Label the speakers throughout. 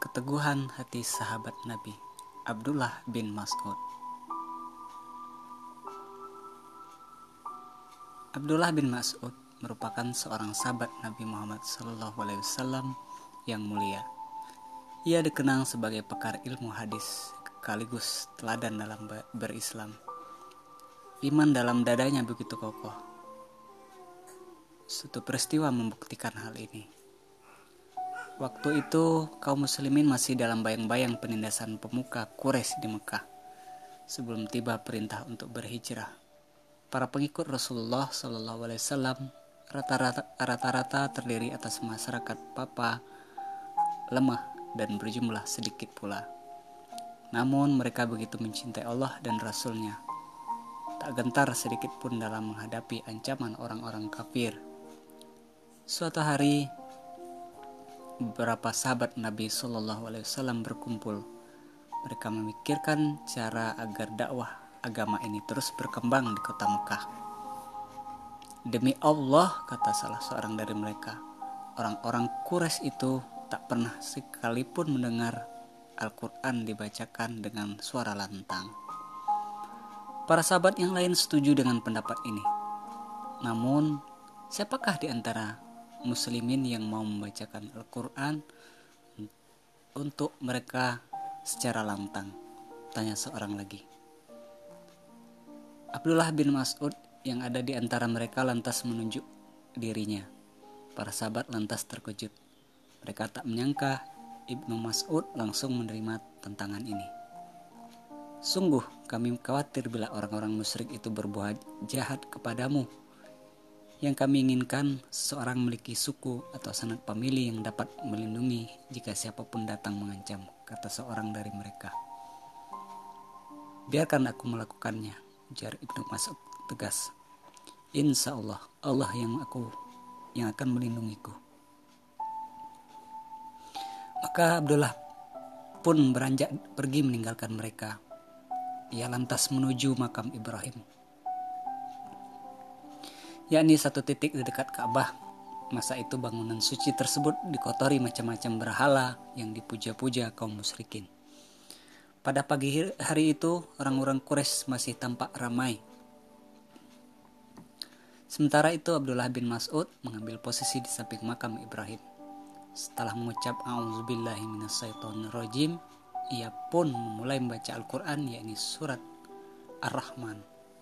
Speaker 1: Keteguhan hati sahabat Nabi Abdullah bin Mas'ud. Abdullah bin Mas'ud merupakan seorang sahabat Nabi Muhammad SAW yang mulia. Ia dikenal sebagai pakar ilmu hadis sekaligus teladan dalam berislam. Iman dalam dadanya begitu kokoh. Suatu peristiwa membuktikan hal ini. Waktu itu kaum muslimin masih dalam bayang-bayang penindasan pemuka Quraisy di Mekah sebelum tiba perintah untuk berhijrah. Para pengikut Rasulullah SAW rata-rata terdiri atas masyarakat papa, lemah, dan berjumlah sedikit pula. Namun mereka begitu mencintai Allah dan Rasul-Nya, tak gentar sedikit pun dalam menghadapi ancaman orang-orang kafir. Suatu hari, beberapa sahabat Nabi SAW berkumpul. Mereka memikirkan cara agar dakwah agama ini terus berkembang di kota Mekah. Demi Allah, kata salah seorang dari mereka, orang-orang Quraisy itu tak pernah sekalipun mendengar Al-Quran dibacakan dengan suara lantang. Para sahabat yang lain setuju dengan pendapat ini. Namun, siapakah di antara muslimin yang mau membacakan Al-Quran untuk mereka secara lantang? Tanya seorang lagi. Abdullah bin Mas'ud yang ada di antara mereka lantas menunjuk dirinya. Para sahabat lantas terkejut. Mereka tak menyangka Ibnu Mas'ud langsung menerima tantangan ini. Sungguh kami khawatir bila orang-orang musyrik itu berbuat jahat kepadamu. Yang kami inginkan seseorang memiliki suku atau sanak famili yang dapat melindungi jika siapapun datang mengancam, kata seorang dari mereka. Biarkan aku melakukannya, ujar Ibnu Mas'ud tegas. Insya Allah, Allah yang akan melindungiku. Maka Abdullah pun beranjak pergi meninggalkan mereka. Ia lantas menuju makam Ibrahim, yakni satu titik di dekat Ka'bah. Masa itu bangunan suci tersebut dikotori macam-macam berhala yang dipuja-puja kaum musyrikin. Pada pagi hari itu, orang-orang Quraisy masih tampak ramai. Sementara itu Abdullah bin Mas'ud mengambil posisi di samping makam Ibrahim. Setelah mengucap A'udzubillahi minasyaitonirrajim, ia pun memulai membaca Al-Quran, yakni surat Ar-Rahman.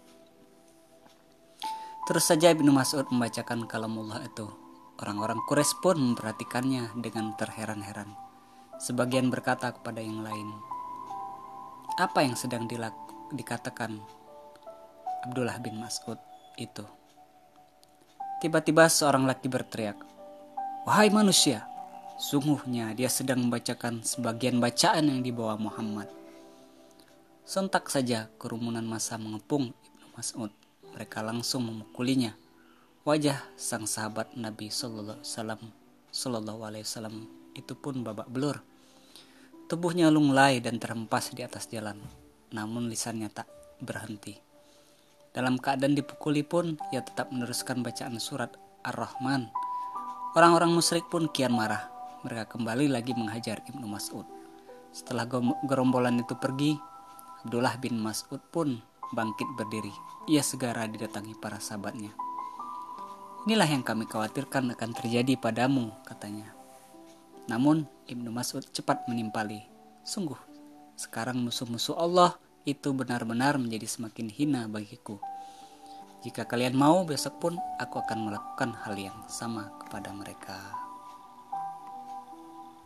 Speaker 1: Terus saja Ibnu Mas'ud membacakan kalamullah itu. Orang-orang Quraisy pun memperhatikannya dengan terheran-heran. Sebagian berkata kepada yang lain, apa yang sedang dikatakan Abdullah bin Mas'ud itu? Tiba-tiba seorang laki berteriak, wahai manusia, sungguhnya dia sedang membacakan sebagian bacaan yang dibawa Muhammad. Sontak saja kerumunan massa mengepung Ibnu Mas'ud. Mereka langsung memukulinya. Wajah sang sahabat Nabi Sallallahu Alaihi Wasallam itu pun babak belur. Tubuhnya lunglai dan terhempas di atas jalan. Namun lisannya tak berhenti. Dalam keadaan dipukuli pun, ia tetap meneruskan bacaan surat Ar-Rahman. Orang-orang musyrik pun kian marah. Mereka kembali lagi menghajar Ibnu Mas'ud. Setelah gerombolan itu pergi, Abdullah bin Mas'ud pun bangkit berdiri. Ia segera didatangi para sahabatnya. Inilah yang kami khawatirkan akan terjadi padamu, katanya. Namun Ibnu Mas'ud cepat menimpali. Sungguh, sekarang musuh-musuh Allah itu benar-benar menjadi semakin hina bagiku. Jika kalian mau, besok pun aku akan melakukan hal yang sama kepada mereka.